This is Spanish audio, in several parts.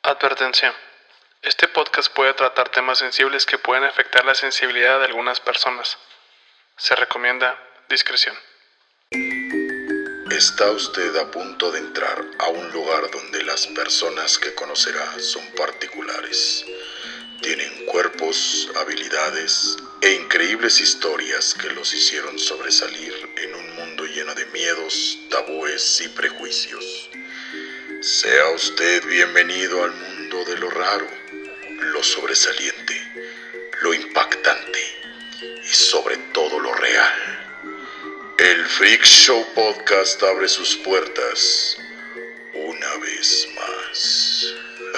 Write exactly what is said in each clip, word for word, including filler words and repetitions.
Advertencia. Este podcast puede tratar temas sensibles que pueden afectar la sensibilidad de algunas personas. Se recomienda discreción. Está usted a punto de entrar a un lugar donde las personas que conocerá son particulares. Tienen cuerpos, habilidades e increíbles historias que los hicieron sobresalir en un mundo lleno de miedos, tabúes y prejuicios. Sea usted bienvenido al mundo de lo raro, lo sobresaliente, lo impactante y sobre todo lo real. El Freak Show Podcast abre sus puertas una vez más.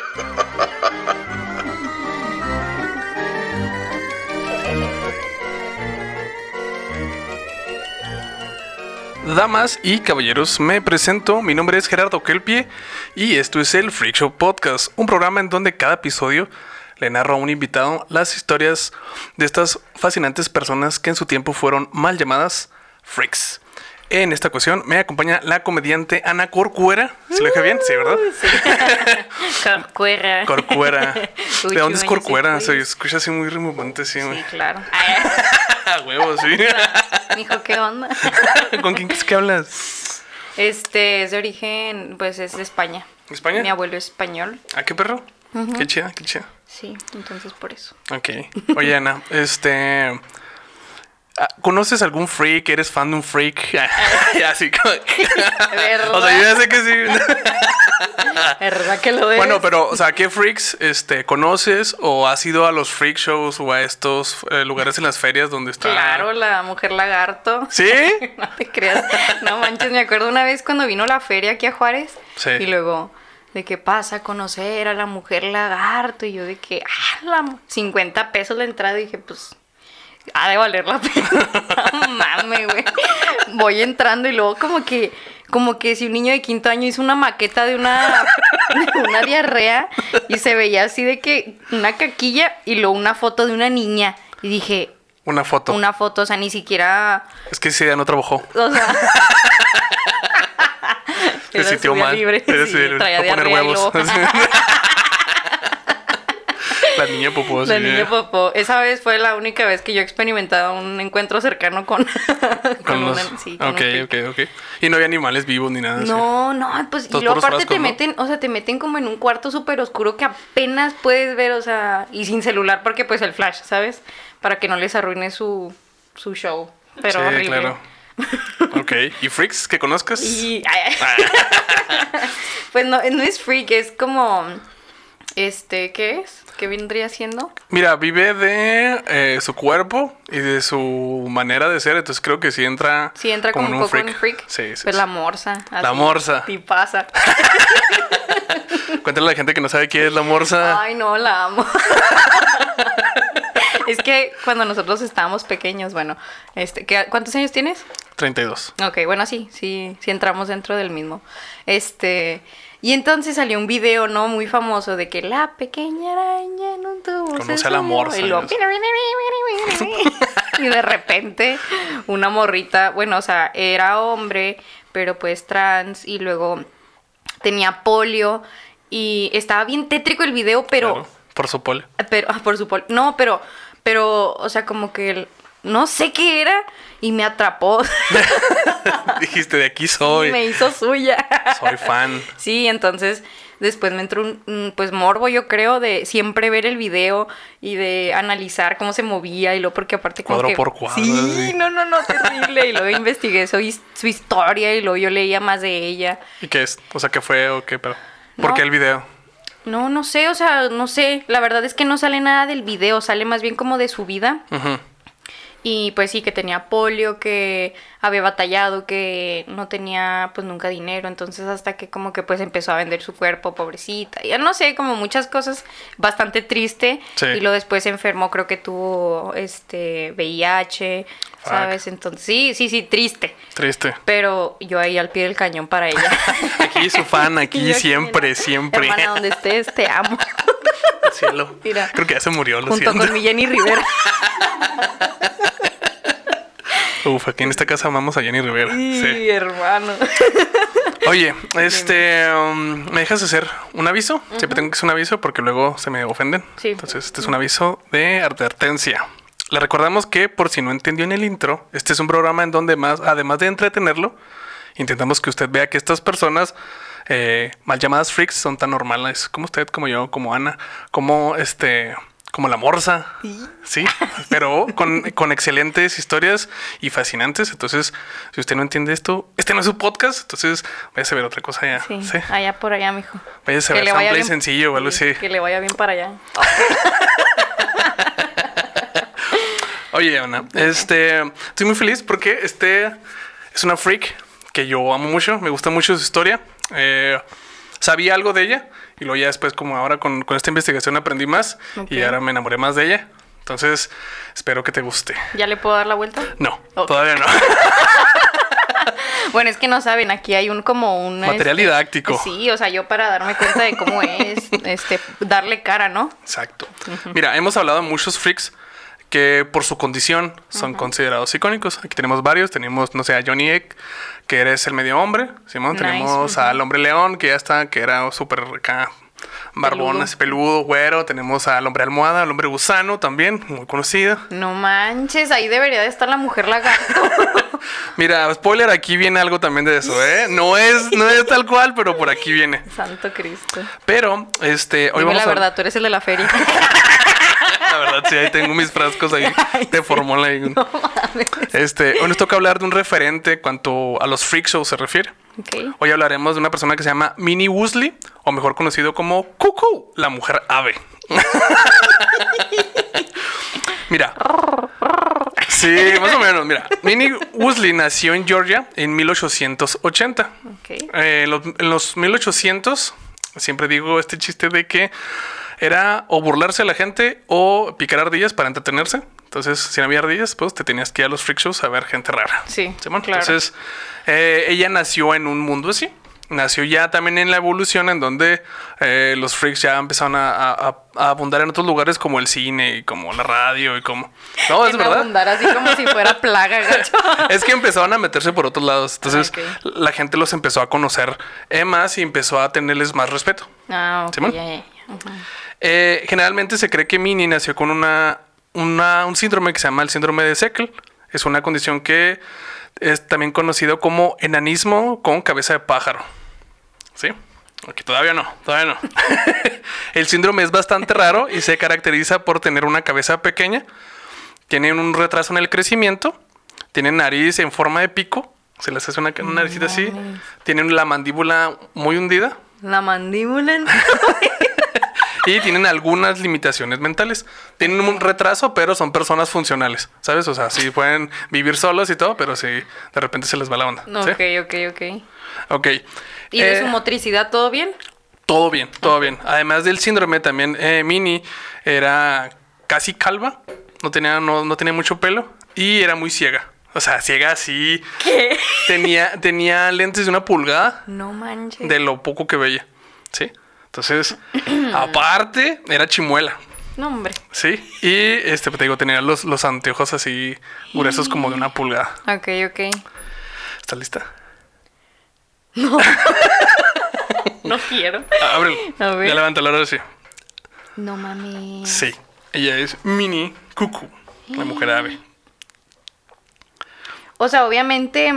Damas y caballeros, me presento, mi nombre es Gerardo Kelpie y esto es el Freak Show Podcast, un programa en donde cada episodio le narro a un invitado las historias de estas fascinantes personas que en su tiempo fueron mal llamadas freaks. En esta ocasión me acompaña la comediante Ana Corcuera. ¿Se lo dije bien? Sí, ¿verdad? Sí. Corcuera. Corcuera. Uy, ¿De dónde es Corcuera? sí, Se escucha así muy rimbombante, sí. Sí, claro. A huevo, sí. Mijo, ¿qué onda? ¿Con quién es que hablas? Este es de origen, pues es de España. ¿España? Mi abuelo es español. ¿Ah, qué perro? Uh-huh. Qué chida, qué chida. Sí, entonces por eso. Ok. Oye, Ana, este... ¿conoces algún freak? ¿Eres fan de un freak? Así como... ¿Verdad? O sea, yo ya sé que sí. ¿Verdad que lo eres? Bueno, pero, o sea, ¿qué freaks este, conoces? ¿O has ido a los freak shows o a estos eh, lugares en las ferias donde está...? Claro, la mujer lagarto. ¿Sí? No te creas. No manches, me acuerdo una vez cuando vino la feria aquí a Juárez. Sí. Y luego... de qué pasa a conocer a la mujer lagarto. Y yo de que, ah, la cincuenta pesos la entrada. Y dije, pues, ha de valer la pena. No mames, güey. Voy entrando y luego como que, como que si un niño de quinto año hizo una maqueta de una, de una diarrea. Y se veía así de que una caquilla y luego una foto de una niña. Y dije... Una foto. Una foto, o sea, ni siquiera... Es que ese día no trabajó. O sea... Se sintió mal. Libre. Era Sí, sí, traía para poner diarrea huevos. y luego... La niña popó. La sí. niña popó. Esa vez fue la única vez que yo he experimentado un encuentro cercano con... Con, con los... una, sí, con ok, ok, ok. Y no había animales vivos ni nada. No, no, pues... Todos y luego puros aparte frascos, te ¿no? meten... O sea, te meten como en un cuarto súper oscuro que apenas puedes ver, o sea... Y sin celular porque pues el flash, ¿sabes? Para que no les arruine su, su show. Pero sí, horrible. claro. Ok. ¿Y freaks que conozcas? Y... Pues no, no es freak, es como... Este, ¿qué es? ¿Qué vendría siendo? Mira, vive de eh, su cuerpo y de su manera de ser, entonces creo que sí entra... Sí, entra como, como un poco freak. en freak. Sí, sí. Pues sí. la morsa. Así, la morsa. Y pasa. Cuéntale a la gente que no sabe quién es la morsa. Ay, no, la amo. Es que cuando nosotros estábamos pequeños, bueno, este, ¿qué, ¿cuántos años tienes? treinta y dos. Ok, bueno, sí, sí, sí entramos dentro del mismo. Este... Y entonces salió un video, ¿no? Muy famoso de que la pequeña araña en un tubo conoce a la morsa. Y, luego... y de repente una morrita, bueno, o sea, era hombre, pero pues trans, y luego tenía polio, y estaba bien tétrico el video, pero... Claro, por su polio. Pero, ah, por su polio. No, pero, pero, o sea, como que... El... no sé qué era y me atrapó. Dijiste, de aquí soy. Sí, me hizo suya. Soy fan. Sí, entonces después me entró un, un pues morbo, yo creo, de siempre ver el video y de analizar cómo se movía y luego porque aparte como cuadro que... por cuadro. Sí, sí, no, no, no, terrible. Y luego investigué su, su historia y luego yo leía más de ella. ¿Y qué es? O sea, ¿qué fue o qué? Pero, ¿por No. qué el video? No, no sé, o sea, no sé. La verdad es que no sale nada del video, sale más bien como de su vida. Uh-huh. Y pues sí, que tenía polio, que había batallado, que no tenía pues nunca dinero, entonces hasta que como que pues empezó a vender su cuerpo, pobrecita, ya no sé, como muchas cosas, bastante triste. Sí. Y luego después se enfermó, creo que tuvo este V I H, Fuck. ¿sabes? Entonces sí, sí, sí, triste. Triste. Pero yo ahí al pie del cañón para ella. Aquí su fan, aquí Yo siempre, aquí, siempre. Hermana, donde estés, te amo. Cielo. Mira. Creo que ya se murió, lo Junto siento. con mi Jenny Rivera. Uf, aquí en esta casa amamos a Jenny Rivera. Sí, Sí. hermano. Oye, este, um, ¿me dejas hacer un aviso? Uh-huh. Siempre tengo que hacer un aviso porque luego se me ofenden. Sí. Entonces, este es un aviso de advertencia. Le recordamos que, por si no entendió en el intro, este es un programa en donde más, además de entretenerlo, intentamos que usted vea que estas personas eh, mal llamadas freaks son tan normales como usted, como yo, como Ana, como este... como la Morsa, sí, sí, pero con, con excelentes historias y fascinantes. Entonces, si usted no entiende esto, este no es su podcast, entonces váyase a ver otra cosa allá. Sí, ¿sí? allá por allá, mijo. Váyase a ver Samplay sencillo o algo así. Que le vaya bien para allá. Oye, Ana, este, estoy muy feliz porque este es una freak que yo amo mucho, me gusta mucho su historia. Eh, sabía algo de ella. Y luego ya después, como ahora con, con esta investigación aprendí más. Okay. Y ahora me enamoré más de ella. Entonces, espero que te guste. ¿Ya le puedo dar la vuelta? No, okay. Todavía no. Bueno, es que no saben, aquí hay un como un... material este, didáctico. Sí, o sea, yo para darme cuenta de cómo es, este, darle cara, ¿no? Exacto. Uh-huh. Mira, hemos hablado de muchos freaks que por su condición son uh-huh. considerados icónicos. Aquí tenemos varios. Tenemos, no sé, a Johnny Eck, que eres el medio hombre. Simón, nice. Tenemos uh-huh. al hombre león, que ya está, que era súper acá, barbón, peludo. Así peludo, güero. Tenemos al hombre almohada, al hombre gusano también, muy conocido. No manches, ahí debería de estar la mujer lagarto. Mira, spoiler, aquí viene algo también de eso, ¿eh? No es, no es tal cual, pero por aquí viene. Santo Cristo. Pero, este... hoy Dime vamos la a... verdad, tú eres el de la feria. La verdad, sí, ahí tengo mis frascos ahí de formol ahí. No mames. Este, hoy nos toca hablar de un referente cuanto a los freak shows se refiere. Okay. Hoy hablaremos de una persona que se llama Minnie Woosley, o mejor conocido como Cuckoo, la mujer ave. Mira. Sí, más o menos, mira. Minnie Woosley nació en Georgia en mil ochocientos ochenta. Okay. Eh, los, en los mil ochocientos, siempre digo este chiste de que era o burlarse de la gente o picar ardillas para entretenerse. Entonces, si no había ardillas, pues te tenías que ir a los freak shows a ver gente rara. Sí, ¿sí, man? claro. Entonces, eh, ella nació en un mundo así. Nació ya también en la evolución en donde eh, los freaks ya empezaron a, a, a abundar en otros lugares como el cine y como la radio y como... No, es en verdad. Abundar así como si fuera plaga, gacho. Es que empezaron a meterse por otros lados. Entonces, okay. la gente los empezó a conocer eh, más y empezó a tenerles más respeto. Ah, ok. ¿Sí, man? Yeah, yeah. Uh-huh. Eh, generalmente se cree que Minnie nació con una, una, un síndrome que se llama el síndrome de Seckle. Es una condición que es también conocido como enanismo con cabeza de pájaro. ¿Sí? Aquí todavía no, todavía no. El síndrome es bastante raro y se caracteriza por tener una cabeza pequeña. Tiene un retraso en el crecimiento. Tiene nariz en forma de pico. Se les hace una, una naricita no, así. Tienen la mandíbula muy hundida. La mandíbula. Y tienen algunas limitaciones mentales. Tienen un retraso, pero son personas funcionales, ¿sabes? O sea, sí pueden vivir solos y todo, pero sí, de repente se les va la onda. Ok, ¿sí? ok, ok. Ok. ¿Y de eh, su motricidad todo bien? Todo bien, todo okay. bien. Además del síndrome, también eh, Minnie era casi calva. No tenía, no, no tenía mucho pelo. Y era muy ciega. O sea, ciega así. ¿Qué? Tenía, tenía lentes de una pulgada. No manches. De lo poco que veía. ¿Sí? Entonces, aparte, era chimuela. No, hombre. Sí, y este, te digo, tenía los, los anteojos así gruesos como de una pulgada. Ok, ok. ¿Estás lista? No. No quiero. Ábrelo. A ver. Ya levántalo ahora sí. No mames. Sí, ella es Minnie Cuckoo, la mujer ave. O sea, obviamente...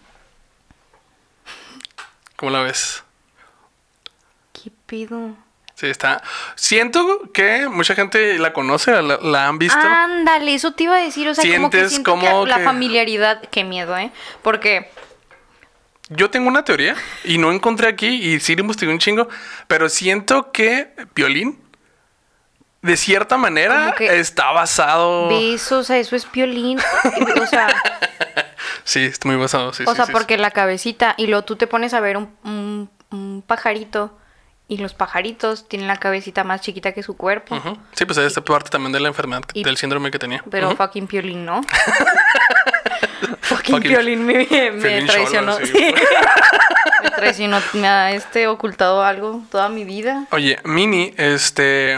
¿Cómo la ves? ¿Qué pido? Sí, está. Siento que mucha gente la conoce, la, la han visto. Ándale, eso te iba a decir. O sea, como que siento como que, que la familiaridad. Qué miedo, ¿eh? Porque... Yo tengo una teoría y no encontré aquí y sí le investigué un chingo, pero siento que Piolín, de cierta manera, está basado... ¿Ves? O sea, eso es Piolín. O sea... Sí, está muy basado, sí. O sí, sea, sí, porque sí. La cabecita, y luego tú te pones a ver un, un, un pajarito, y los pajaritos tienen la cabecita más chiquita que su cuerpo. Uh-huh. Sí, pues esta parte también de la enfermedad, y, del síndrome que tenía. Pero uh-huh. fucking Piolín, ¿no? fucking, fucking Piolín me, me traicionó. Cholo, sí. Sí. Me traicionó, me ha este, ocultado algo toda mi vida. Oye, Minnie, este...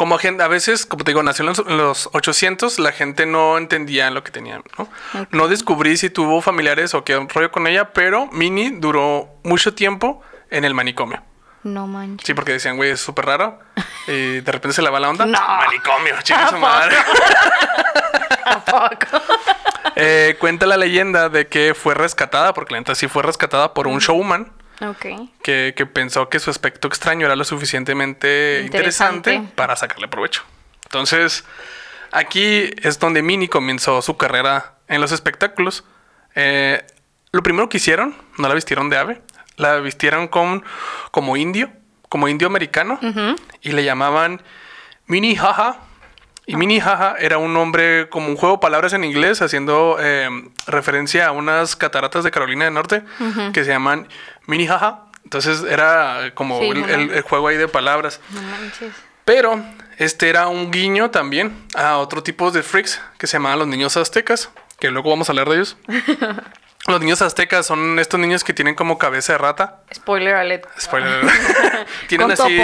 como gente, a veces, como te digo, nació en los, en los ochocientos, la gente no entendía lo que tenía, ¿no? Okay. No descubrí si tuvo familiares o qué rollo con ella, pero Minnie duró mucho tiempo en el manicomio. No manches. Sí, porque decían, güey, es súper raro. Y de repente se le va la onda. No. Manicomio, chica su madre. ¿A poco? eh, cuenta la leyenda de que fue rescatada, porque la neta sí fue rescatada por un showman. Ok. Que, que pensó que su aspecto extraño era lo suficientemente interesante, interesante para sacarle provecho. Entonces, aquí es donde Minnie comenzó su carrera en los espectáculos. Eh, lo primero que hicieron, no la vistieron de ave. La vistieron con, como indio, como indio americano, uh-huh. y le llamaban Minnehaha. Y uh-huh. Minnehaha era un nombre como un juego de palabras en inglés, haciendo eh, referencia a unas cataratas de Carolina del Norte, uh-huh. que se llaman Minnehaha. Entonces era como sí, el, no el, el juego ahí de palabras. No manches. Pero este era un guiño también a otro tipo de freaks que se llamaban los niños aztecas, que luego vamos a hablar de ellos. Los niños aztecas son estos niños que tienen como cabeza de rata. Spoiler alert. Spoiler alert. Tienen así...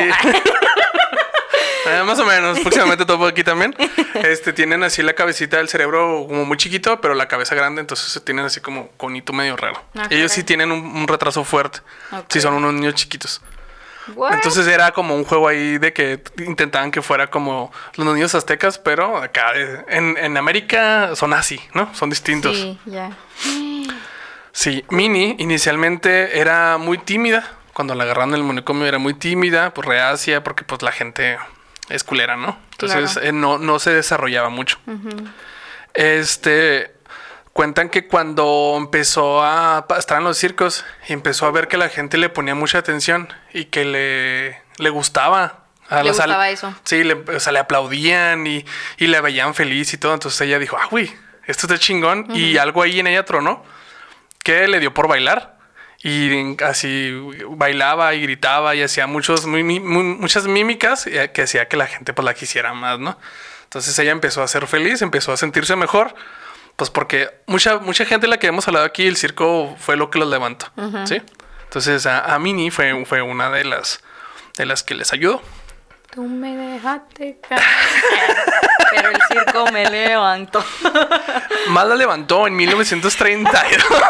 eh, más o menos, próximamente topo aquí también. Este, tienen así la cabecita del cerebro como muy chiquito, pero la cabeza grande, entonces tienen así como conito medio raro. Okay. Ellos sí tienen un, un retraso fuerte. Okay. Sí son unos niños chiquitos. What? Entonces era como un juego ahí de que intentaban que fuera como los niños aztecas, pero acá en, en América son así, ¿no? Son distintos. Sí, ya. Yeah. Sí, Minnie inicialmente era muy tímida. Cuando la agarraron en el manicomio era muy tímida, pues reacia, porque pues la gente es culera, ¿no? Entonces claro. eh, no, no se desarrollaba mucho. Uh-huh. Este... Cuentan que cuando empezó a estar en los circos y empezó a ver que la gente le ponía mucha atención y que le, le gustaba. A ¿Le la gustaba sal, eso? Sí, le, o sea, le aplaudían y, y le veían feliz y todo. Entonces ella dijo, ah, güey, esto está chingón. Uh-huh. Y algo ahí en ella tronó que le dio por bailar. Y así bailaba y gritaba y hacía muchos, muy, muy, muchas mímicas que hacía que la gente pues la quisiera más, ¿no? Entonces ella empezó a ser feliz, empezó a sentirse mejor. Pues porque mucha, mucha gente de la que hemos hablado aquí, el circo fue lo que los levantó, uh-huh. ¿sí? Entonces a, a Minnie fue, fue una de las, de las que les ayudó. Tú me dejaste caer, pero el circo me levantó. Más la levantó en mil novecientos treinta.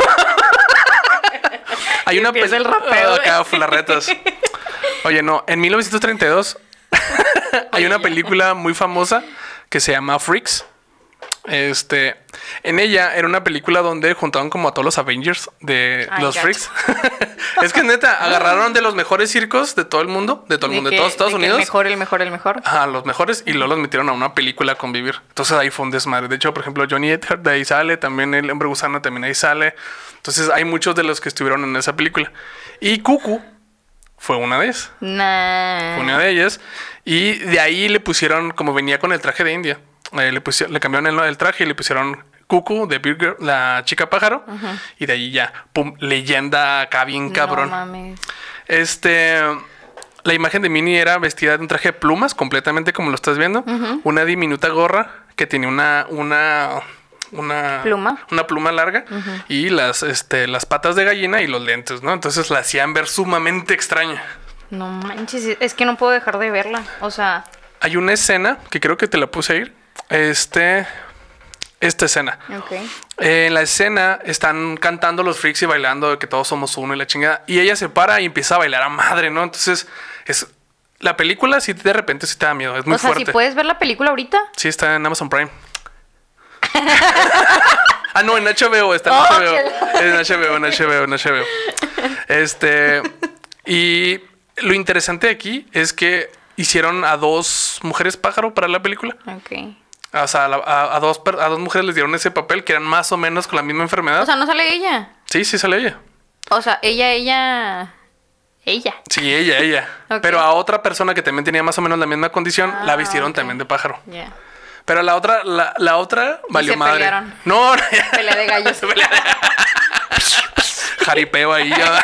Hay y una empieza el rapeo. Acá fue las retas. Oye, no, en mil novecientos treinta y dos hay una película muy famosa que se llama Freaks. Este, en ella era una película donde juntaban como a todos los Avengers de Ay, los gacho. Freaks. Es que neta, agarraron de los mejores circos de todo el mundo, de todo el mundo, de, que, de todos Estados de Unidos. El mejor, el mejor, el mejor. Ajá, los mejores, y luego los metieron a una película a convivir. Entonces ahí fue un desmadre. De hecho, por ejemplo, Johnny Edgar de ahí sale, también el hombre gusano también ahí sale. Entonces hay muchos de los que estuvieron en esa película. Y Cucu fue una de ellas. Nah. Fue una de ellas. Y de ahí le pusieron, como venía con el traje de India. Eh, le, pusieron, le cambiaron el, el traje y le pusieron Cucu de Big Girl, la chica pájaro. Uh-huh. Y de ahí ya, pum, leyenda acá bien cabrón. No mames. Este, la imagen de Minnie era vestida de un traje de plumas, completamente como lo estás viendo. Uh-huh. Una diminuta gorra que tenía una, una, una pluma, una pluma larga. Uh-huh. Y las, este, las patas de gallina y los lentes, ¿no? Entonces la hacían ver sumamente extraña. No manches, es que no puedo dejar de verla. O sea, hay una escena que creo que te la puse ahí. Este, esta escena. Okay. Eh, en la escena están cantando los freaks y bailando de que todos somos uno y la chingada. Y ella se para y empieza a bailar a madre, ¿no? Entonces, es la película sí de repente sí te da miedo. Es muy o sea, fuerte. ¿si puedes ver la película ahorita? Sí, está en Amazon Prime. Ah, no, en H B O. Está en oh, H B O. En H B O, en H B O, en H B O. Este, y lo interesante de aquí es que hicieron a dos mujeres pájaro para la película. Ok. O sea, a, a, a, dos, a dos mujeres les dieron ese papel que eran más o menos con la misma enfermedad. O sea, ¿no sale ella? Sí, sí sale ella. O sea, ella, ella... Ella. Sí, ella, ella. Okay. Pero a otra persona que también tenía más o menos la misma condición, ah, la vistieron okay. también de pájaro. Ya. Yeah. Pero la otra, la, la otra valió se madre. Pelearon. No, no. Pelea de gallos. Pelea de... Jaripeo ahí. Ya.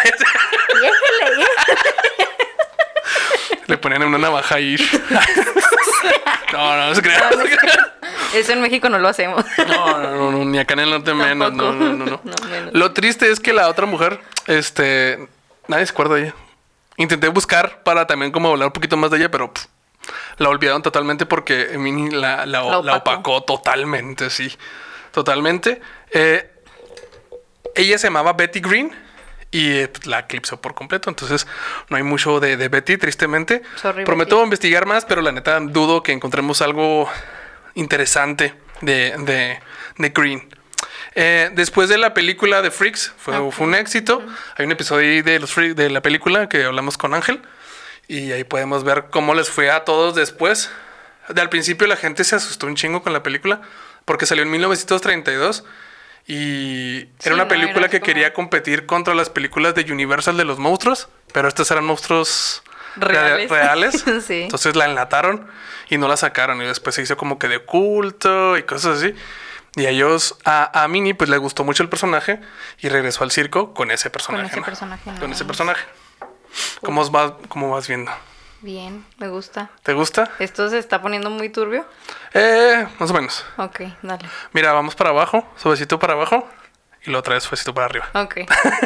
Le ponían una navaja ahí. No, no, no se crea. No, no se crea. Eso en México no lo hacemos. No, no, no, no, ni acá en el norte menos. No, no, no, no. no menos. Lo triste es que la otra mujer, este, nadie se acuerda de ella. Intenté buscar para también como hablar un poquito más de ella, pero pff, la olvidaron totalmente porque Minnie la, la, La la opacó. opacó totalmente, sí. Totalmente. Eh, ella se llamaba Betty Green y eh, la eclipsó por completo. Entonces no hay mucho de, de Betty, tristemente. Sorry, Prometo Betty. investigar más, pero la neta dudo que encontremos algo interesante de, de, de Green. Eh, después de la película de Freaks, fue, Ok. fue un éxito. Hay un episodio ahí de, los Freaks, de la película que hablamos con Ángel. Y ahí podemos ver cómo les fue a todos después. De al principio la gente se asustó un chingo con la película. Porque salió en mil novecientos treinta y dos. Y Sí, era una no, película era que como- quería competir contra las películas de Universal de los monstruos. Pero estos eran monstruos rea- Reales. reales. Sí. Entonces la enlataron y no la sacaron. Y después se hizo como que de culto y cosas así. Y a ellos, a, a Minnie, pues le gustó mucho el personaje y regresó al circo con ese personaje. ese ¿no? personaje, Con ese nice. personaje. ¿Cómo os vas, cómo vas viendo? Bien, me gusta. ¿Te gusta? ¿Esto se está poniendo muy turbio? Eh, más o menos. Ok, dale. Mira, vamos para abajo, suavecito para abajo y lo otra vez suavecito para arriba. Ok.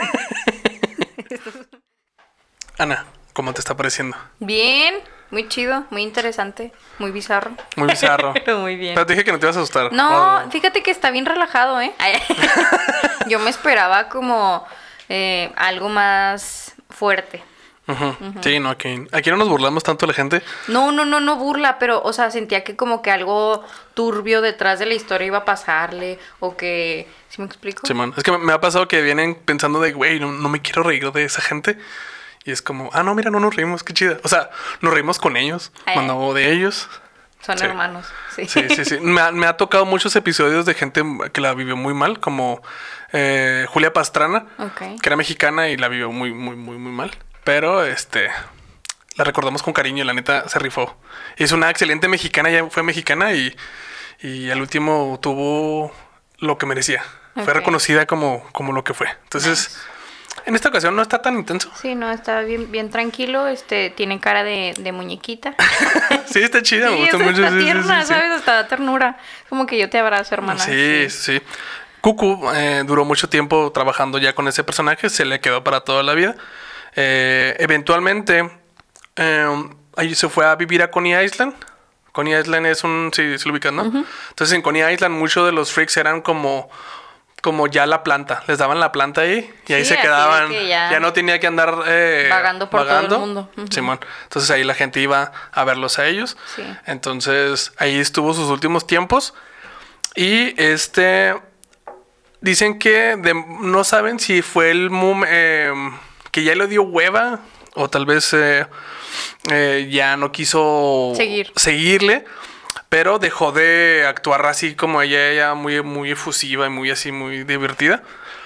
Ana, ¿cómo te está pareciendo? Bien, muy chido, muy interesante, muy bizarro. Muy bizarro. Pero muy bien. Pero te dije que no te ibas a asustar. No, Oh. fíjate que está bien relajado, ¿eh? Ay, yo me esperaba como eh, algo más fuerte. Ujú. Sí, no, aquí, aquí no nos burlamos tanto de la gente. No, no, no, no burla, pero, o sea, sentía que como que algo turbio detrás de la historia iba a pasarle, o que, ¿sí me explico? Simón, es que me, me ha pasado que vienen pensando de, güey, no, no me quiero reír de esa gente. Y es como, ah, no, mira, no nos reímos, qué chida. O sea, nos reímos con ellos, Ay. cuando de ellos. Son Sí. hermanos, sí. Sí, sí, sí. Me ha, me ha tocado muchos episodios de gente que la vivió muy mal, como eh, Julia Pastrana, Ok. que era mexicana y la vivió muy, muy, muy, muy mal. Pero, este, la recordamos con cariño y la neta se rifó. Es una excelente mexicana, ya fue mexicana y, y al último tuvo lo que merecía. Fue Ok. reconocida como, como lo que fue. Entonces, en esta ocasión no está tan intenso. Sí, no, está bien, bien tranquilo, este, tiene cara de, de muñequita. Sí, está chida, me Sí, gusta o sea, mucho. está sí, sí, tierna, sí, sí. ¿sabes? Hasta da ternura. Como que yo te abrazo, hermana. Sí, sí. Cucu eh, duró mucho tiempo trabajando ya con ese personaje, se le quedó para toda la vida. Eh, eventualmente, eh, ahí se fue a vivir a Coney Island. Coney Island es un... Sí, se lo ubican, ¿no? Entonces en Coney Island muchos de los freaks eran como... Como ya la planta, les daban la planta ahí y ahí Sí, se así de quedaban. que Ya... ya no tenía que andar eh, vagando por todo el mundo. Ujú. Simón. Entonces ahí la gente iba a verlos a ellos. Sí. Entonces ahí estuvo sus últimos tiempos. Y este... Dicen que de- no saben si fue el mum, eh, que ya le dio hueva o tal vez eh, eh, ya no quiso Seguir. seguirle, pero dejó de actuar así como ella, ella muy, muy efusiva y muy así, muy divertida.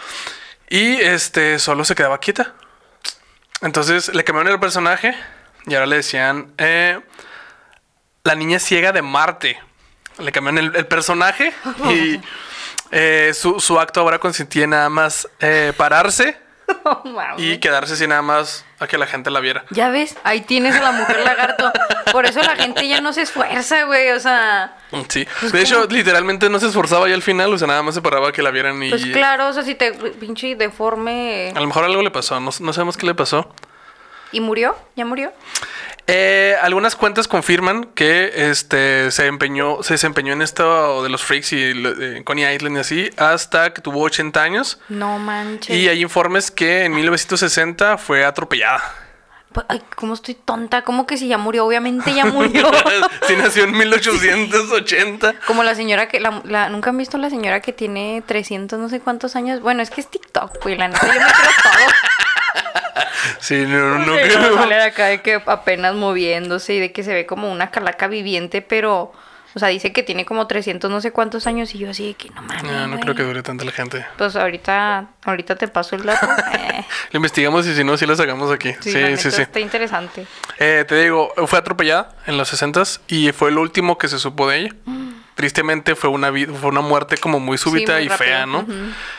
Y este solo se quedaba quieta. Entonces le cambiaron el personaje y ahora le decían eh, la niña ciega de Marte. Le cambiaron el, el personaje y eh, su, su acto ahora consistía en nada más eh, pararse Oh, mames. y quedarse así nada más a que la gente la viera. Ya ves, ahí tienes a la mujer lagarto. Por eso la gente ya no se esfuerza, güey. O sea, Sí. Pues De hecho, ¿cómo? literalmente no se esforzaba ya al final, o sea, nada más se paraba a que la vieran y pues claro, o sea, si te pinche deforme. a lo mejor algo le pasó, no, no sabemos qué le pasó. ¿Y murió? ¿Ya murió? Eh, algunas cuentas confirman que este se empeñó, se desempeñó en esto de los freaks y lo- eh, Coney Island y así hasta que tuvo ochenta años. No manches. Y hay informes que en mil novecientos sesenta fue atropellada. Ay, ¿cómo estoy tonta? ¿Cómo que si ya murió? Obviamente ya murió. Sí, nació en mil ochocientos ochenta. Como la señora que... La, la- ¿Nunca han visto la señora que tiene trescientos no sé cuántos años? Bueno, es que es TikTok, güey. La neta, yo me creo todo. Sí, no, no, Sí, creo. no, sale de acá de que apenas moviéndose y de que se ve como una calaca viviente, pero... O sea, dice que tiene como trescientos no sé cuántos años y yo así de que no mames, No, no güey. creo que dure tanta la gente. Pues ahorita, ahorita te paso el dato. Eh, Lo investigamos y si no, sí lo sacamos aquí. sí, Sí, la sí, neta sí. está interesante. Eh, te digo, fue atropellada en los sesentas y fue lo último que se supo de ella. Tristemente fue una, vi- fue una muerte como muy súbita muy y rápido. fea, ¿no? Ujú.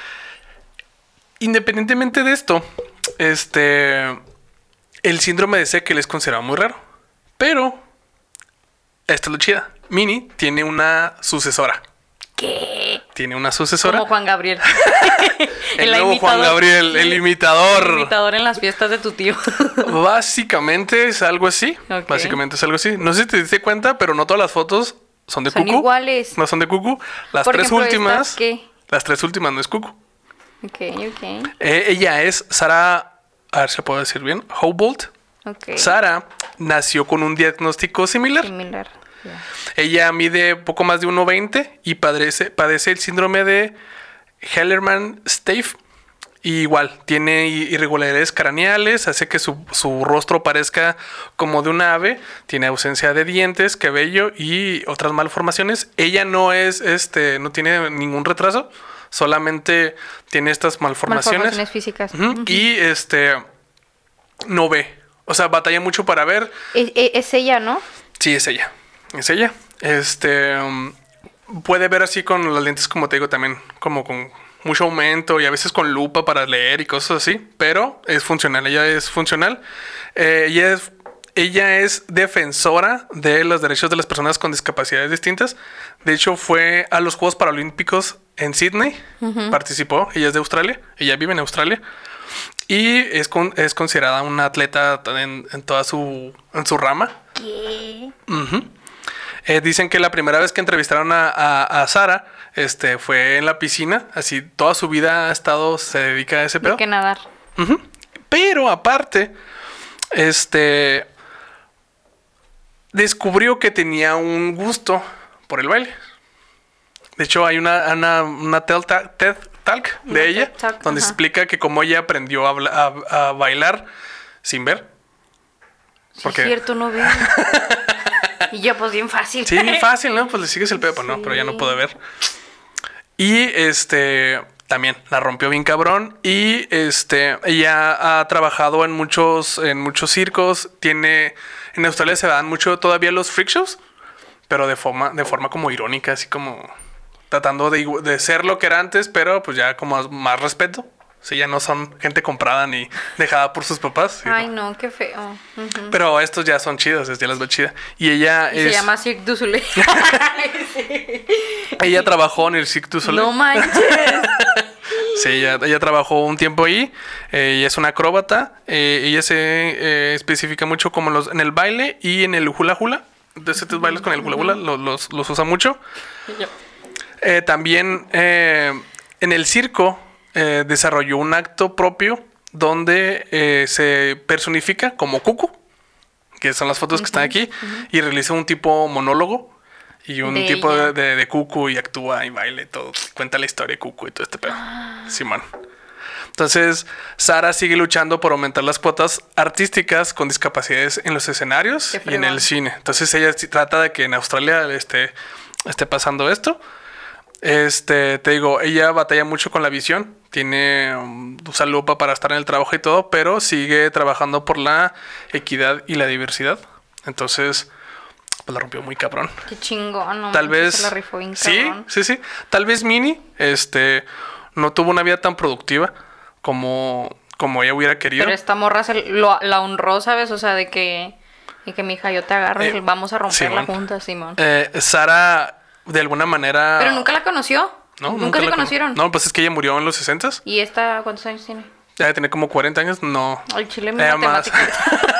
Independientemente de esto, este, el síndrome de Sekel es considerado muy raro. Pero, esta es lo chida. Minnie tiene una sucesora. ¿Qué? tiene una sucesora. Como Juan Gabriel. El nuevo Juan Gabriel, el imitador. El imitador en las fiestas de tu tío. Básicamente es algo así. Ok. Básicamente es algo así. No sé si te diste cuenta, pero no todas las fotos son de Son Cucu. iguales. No son de Cucu. Las Por tres ejemplo, últimas. ¿estas qué? Las tres últimas no es Cucu. Ok, ok. Eh, ella es Sara. A ver si lo puedo decir bien. Houbolt. Ok. Sara nació con un diagnóstico similar. Similar. Ya. Ella mide poco más de uno veinte y padece, padece el síndrome de Hallermann-Streiff. Y igual, tiene irregularidades craneales, hace que su, su rostro parezca como de un ave, tiene ausencia de dientes, cabello y otras malformaciones. Ella no es, este, no tiene ningún retraso, solamente tiene estas malformaciones. Malformaciones físicas. Ujú. Ujú. Y este, no ve. O sea, batalla mucho para ver. Es, es- es ella, ¿no? Sí, es ella. Es ella. Este. um, puede ver así con las lentes, como te digo, también, como con mucho aumento y a veces con lupa para leer y cosas así. Pero es funcional. Ella es funcional. Eh, ella es. Ella es defensora de los derechos de las personas con discapacidades distintas. De hecho, fue a los Juegos Paralímpicos en Sydney. Participó. Ella es de Australia. Ella vive en Australia. Y es, con- es considerada una atleta en, en toda su, en su rama. ¿Qué? Ujú. Eh, dicen que la primera vez que entrevistaron a, a, a Sara este, fue en la piscina. Así, toda su vida ha estado, se dedica a ese De pedo. que nadar. Ujú. Pero aparte, este descubrió que tenía un gusto por el baile. De hecho, hay una, una, una TED Ta- TED Talk de Una ella, TED Talk, donde ajá. explica que cómo ella aprendió a, habla- a- a bailar sin ver. Sí, ¿Por es qué? cierto, no veo. Y yo, pues bien fácil. Sí, bien fácil, ¿no? Pues le sigues el pedo, pero no, pero ya no Sí. puede ver. Y este también la rompió bien cabrón. Y este, ella ha trabajado en muchos, en muchos circos. Tiene. En Australia se dan mucho todavía los freak shows, pero de forma, de forma como irónica, así como tratando de, igu- de ser lo que era antes, pero pues ya como más respeto. Sí, ya no son gente comprada ni dejada por sus papás. sí, Ay, no. no, qué feo. Ujú. Pero estos ya son chidos, ya las veo chida. Y ella Y es. se llama Cirque du Soleil. Ella trabajó en el Cirque du Soleil. No manches. Sí, ella, ella trabajó un tiempo ahí. Eh, ella es una acróbata. Eh, ella se eh, especifica mucho como los, en el baile y en el hula hula. Entonces, estos bailes con el hula hula los, los, los usa mucho. Y yo, Eh, también eh, en el circo eh, desarrolló un acto propio donde eh, se personifica como Cucu, que son las fotos que están aquí, y realiza un tipo monólogo y un De tipo ella. de, de, de Cucu y actúa y baila y todo. Cuenta la historia de Cucu y todo este pedo. Simón. Entonces, Sara sigue luchando por aumentar las cuotas artísticas con discapacidades en los escenarios Qué y en fregón. el cine. Entonces, ella sí trata de que en Australia esté, esté pasando esto. Este, te digo, ella batalla mucho con la visión. Tiene um, usa lupa para estar en el trabajo y todo, pero sigue trabajando por la equidad y la diversidad. Entonces, pues la rompió muy cabrón. qué chingón. No Tal manches, vez. Se la rifó bien Sí, cabrón. sí, sí. Tal vez Mini, este, no tuvo una vida tan productiva como, como ella hubiera querido. Pero esta morra se lo, la honró, ¿sabes? O sea, de que... Y que mi hija, yo te agarro Eh, y vamos a romperla Simón. juntas, Simón. Eh, Sara, de alguna manera. Pero nunca la conoció. No, Nunca, se la cono- conocieron. No, pues es que ella murió en los sesentas. ¿Y esta cuántos años tiene? Ya de tener como cuarenta años, no. Al chile mi Además, matemática.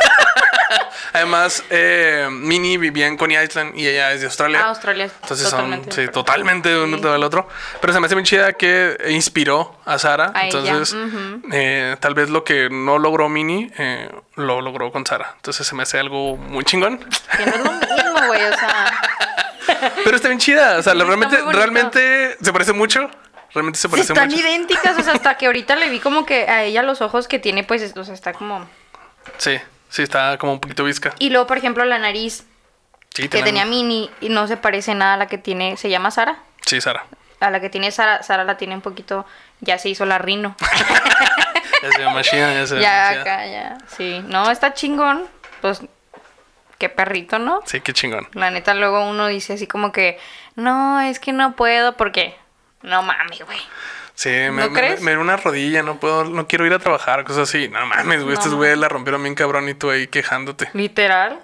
además eh, Minnie vivía en Coney Island y ella es de Australia. Ah, Australia. Entonces totalmente. son sí, totalmente de uno del otro. Pero se me hace bien chida que inspiró a Sara. A ella, Entonces, ujú. eh, tal vez lo que no logró Minnie, eh, lo logró con Sara. Entonces se me hace algo muy chingón. Que no es lo mismo, güey, o sea... Pero está bien chida. O sea, Sí, la- está realmente, muy bonito. realmente se parece mucho. Realmente se parece Están mucho. idénticas, o sea, hasta que ahorita le vi como que a ella los ojos que tiene, pues, o sea, está como... Sí, sí, está como un poquito visca. Y luego, por ejemplo, la nariz Sí, que tiene- tenía Mini y no se parece nada a la que tiene... ¿Se llama Sara? Sí, Sara. A la que tiene Sara, Sara la tiene un poquito... Ya se hizo la rino. Ya se ve más chida, ya se ve Ya, más chida. acá, ya. Sí, no, está chingón. Pues, qué perrito, ¿no? Sí, qué chingón. La neta, luego uno dice así como que... No, es que no puedo porque... No mames, güey. Sí, me, ¿No me, crees? me dio una rodilla, no puedo, no quiero ir a trabajar, cosas así. No mames, güey, No. estos güeyes la rompieron bien cabrón y tú ahí quejándote. Literal.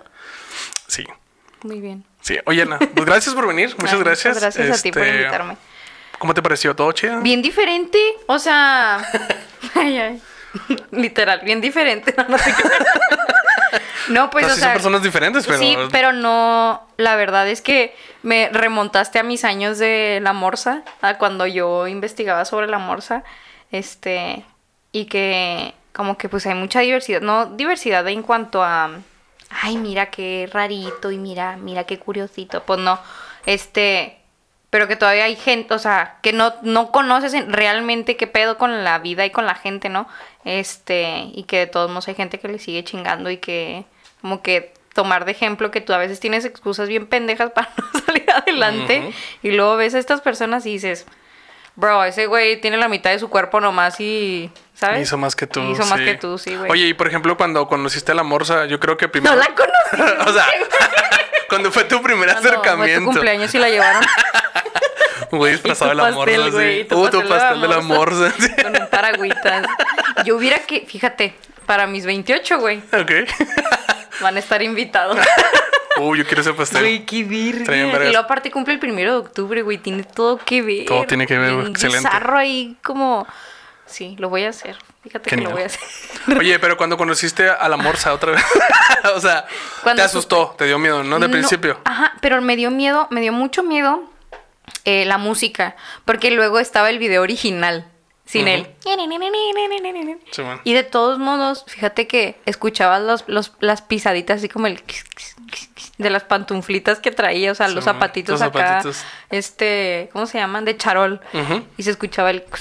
Sí, Muy bien. sí. Oye, Ana, pues gracias por venir, muchas Ay, gracias. Muchas gracias a ti por Este, invitarme. ¿Cómo te pareció? ¿Todo chido? Bien diferente, o sea... ay, ay. Literal, bien diferente. No, no sé qué. No, pues, No, o sí sea... son personas diferentes, pero... Sí, pero no... La verdad es que me remontaste a mis años de la morsa, a cuando yo investigaba sobre la morsa, este... Y que como que pues hay mucha diversidad, no diversidad en cuanto a... Ay, mira qué rarito y mira, mira qué curiosito. Pues no, este... Pero que todavía hay gente, o sea, que no, no conoces en- realmente qué pedo con la vida y con la gente, ¿no? Este, y que de todos modos hay gente que le sigue chingando y que como que tomar de ejemplo que tú a veces tienes excusas bien pendejas para no salir adelante. Ujú. Y luego ves a estas personas y dices, bro, ese güey tiene la mitad de su cuerpo nomás y, ¿sabes? Hizo más que tú. Hizo más sí. que tú, sí, güey. Oye, y por ejemplo, cuando conociste a la morsa, yo creo que primero... No la conocí. O sea, cuando fue tu primer Cuando fue tu acercamiento. cumpleaños y la llevaron Güey, disfrazado Y de tu la morsa. pastel, güey, Sí. y tu Uh, tu pastel de la pastel de la morsa. morsa. Sí. con un paragüitas. Yo hubiera que, fíjate, para mis veintiocho, güey, Ok. van a estar invitados. Uh, yo quiero ese pastel. Güey, qué virgen. Traían Y vergas. luego aparte cumple el primero de octubre, güey, tiene todo que ver. Todo tiene que ver, Un excelente. bizarro ahí como... Sí, lo voy a hacer. Fíjate Genial. que lo voy a hacer. Oye, pero cuando conociste a la morsa otra vez, o sea, Cuando te asustó, te dio miedo, ¿no? De No, principio. Ajá, pero me dio miedo, me dio mucho miedo eh, la música, porque luego estaba el video original, sin Ujú. él. Sí, man. Y de todos modos, fíjate que escuchabas los, los, las pisaditas así como el... de las pantuflitas que traía, o sea, Sí, los man. zapatitos Los acá, zapatitos. este, ¿cómo se llaman? De charol. Ujú. Y se escuchaba el...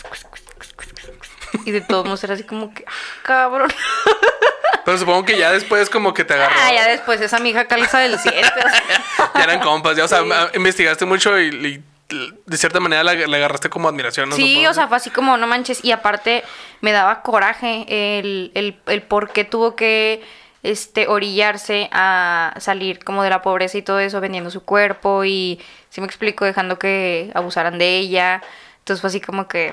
Y de todos modos era así como que, ah, cabrón. Pero supongo que ya después como que te agarró. Ah, ya después esa mija calza del siete. O sea. Ya eran compas, ya, o sea, Sí. investigaste mucho y, y de cierta manera le, le agarraste como admiración, ¿no? Sí, Supongo. o sea, fue así como, no manches. Y aparte me daba coraje el, el, el por qué tuvo que este, orillarse a salir como de la pobreza y todo eso, vendiendo su cuerpo y, si me explico, dejando que abusaran de ella. Entonces fue así como que...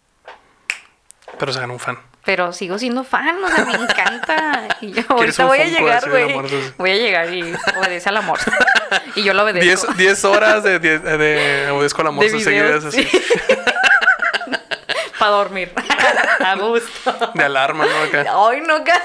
Pero se ganó un fan. Pero sigo siendo fan, o sea, me encanta. Y yo ¿Quieres ahorita un voy a Funko llegar, así de la güey. morsa? Voy a llegar y obedece al amor. Y yo lo obedezco. diez, diez horas de, de, de obedezco a la De morsa videos, seguidas así. sí. Para dormir. A gusto. De alarma, ¿no? Acá. Ay, no, ca-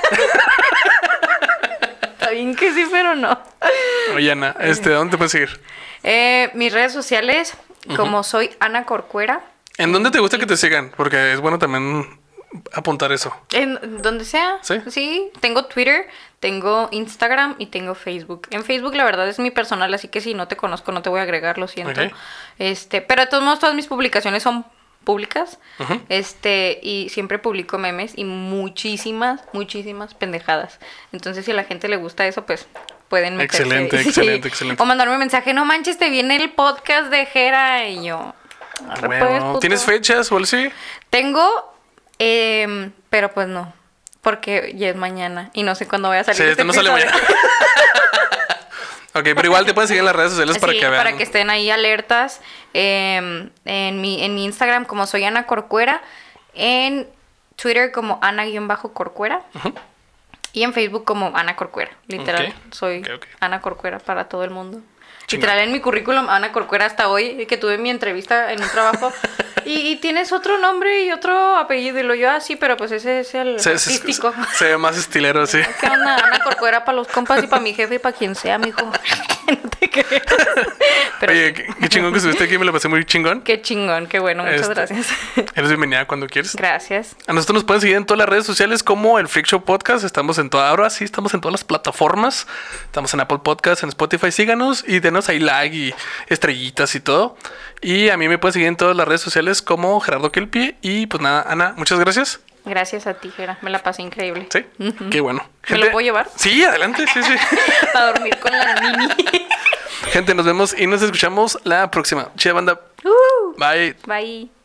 Está bien que sí, pero no. Oye, Ana, este, ¿dónde te puedes seguir? Eh, mis redes sociales, como soy Ana Corcuera, ¿En dónde te gusta que te sigan? Porque es bueno también apuntar eso. en donde sea. ¿Sí? Sí, tengo Twitter, tengo Instagram y tengo Facebook. En Facebook la verdad es mi personal, así que si no te conozco no te voy a agregar, lo siento. Ok. Este, pero de todos modos todas mis publicaciones son públicas. Ujú. Este, y siempre publico memes y muchísimas, muchísimas pendejadas. Entonces, si a la gente le gusta eso, pues pueden meterse. Excelente, Sí. excelente, excelente. O mandarme un mensaje, no manches, te viene el podcast de Jera y yo. "Arre, pues, Bueno, puto". ¿tienes fechas o algo así? Tengo, em, pero pues no, porque ya es mañana y no sé cuándo voy a salir. Sí, este no sale episodio. mañana. Ok, pero igual te pueden seguir en las redes sociales para Sí, que vean. para que estén ahí alertas. em, en, mi, en mi Instagram como soy Ana Corcuera, en Twitter como Ana-Corcuera y en Facebook como Ana Corcuera. Literal, Ok, soy ok, ok. Ana Corcuera para todo el mundo. Chingón. Literal, en mi currículum, Ana Corcuera hasta hoy, que tuve mi entrevista en un trabajo. y, y tienes otro nombre y otro apellido. Y lo yo, ah, sí, pero pues ese es el Se, se- artístico. se ve más estilero, sí. ¿Qué onda? Ana Corcuera para los compas y para mi jefe y para quien sea, mijo. No te creas. Pero Oye, qué, qué chingón que estuviste aquí, me lo pasé muy chingón. qué chingón, qué bueno, muchas Este, gracias. Eres bienvenida cuando quieres. Gracias. A nosotros nos pueden seguir en todas las redes sociales como el Freak Show Podcast. Estamos en toda, ahora sí, estamos en todas las plataformas. Estamos en Apple Podcasts, en Spotify. Síganos y denos ahí like y estrellitas y todo. Y a mí me pueden seguir en todas las redes sociales como Gerardo Kelpie. Y pues nada, Ana, muchas gracias. Gracias a ti, Jera. Me la pasé increíble. Sí, qué bueno. ¿Me lo puedo llevar? Sí, adelante, sí, sí. Para dormir con la mini. Gente, nos vemos y nos escuchamos la próxima. Chida banda. Uh, Bye. bye.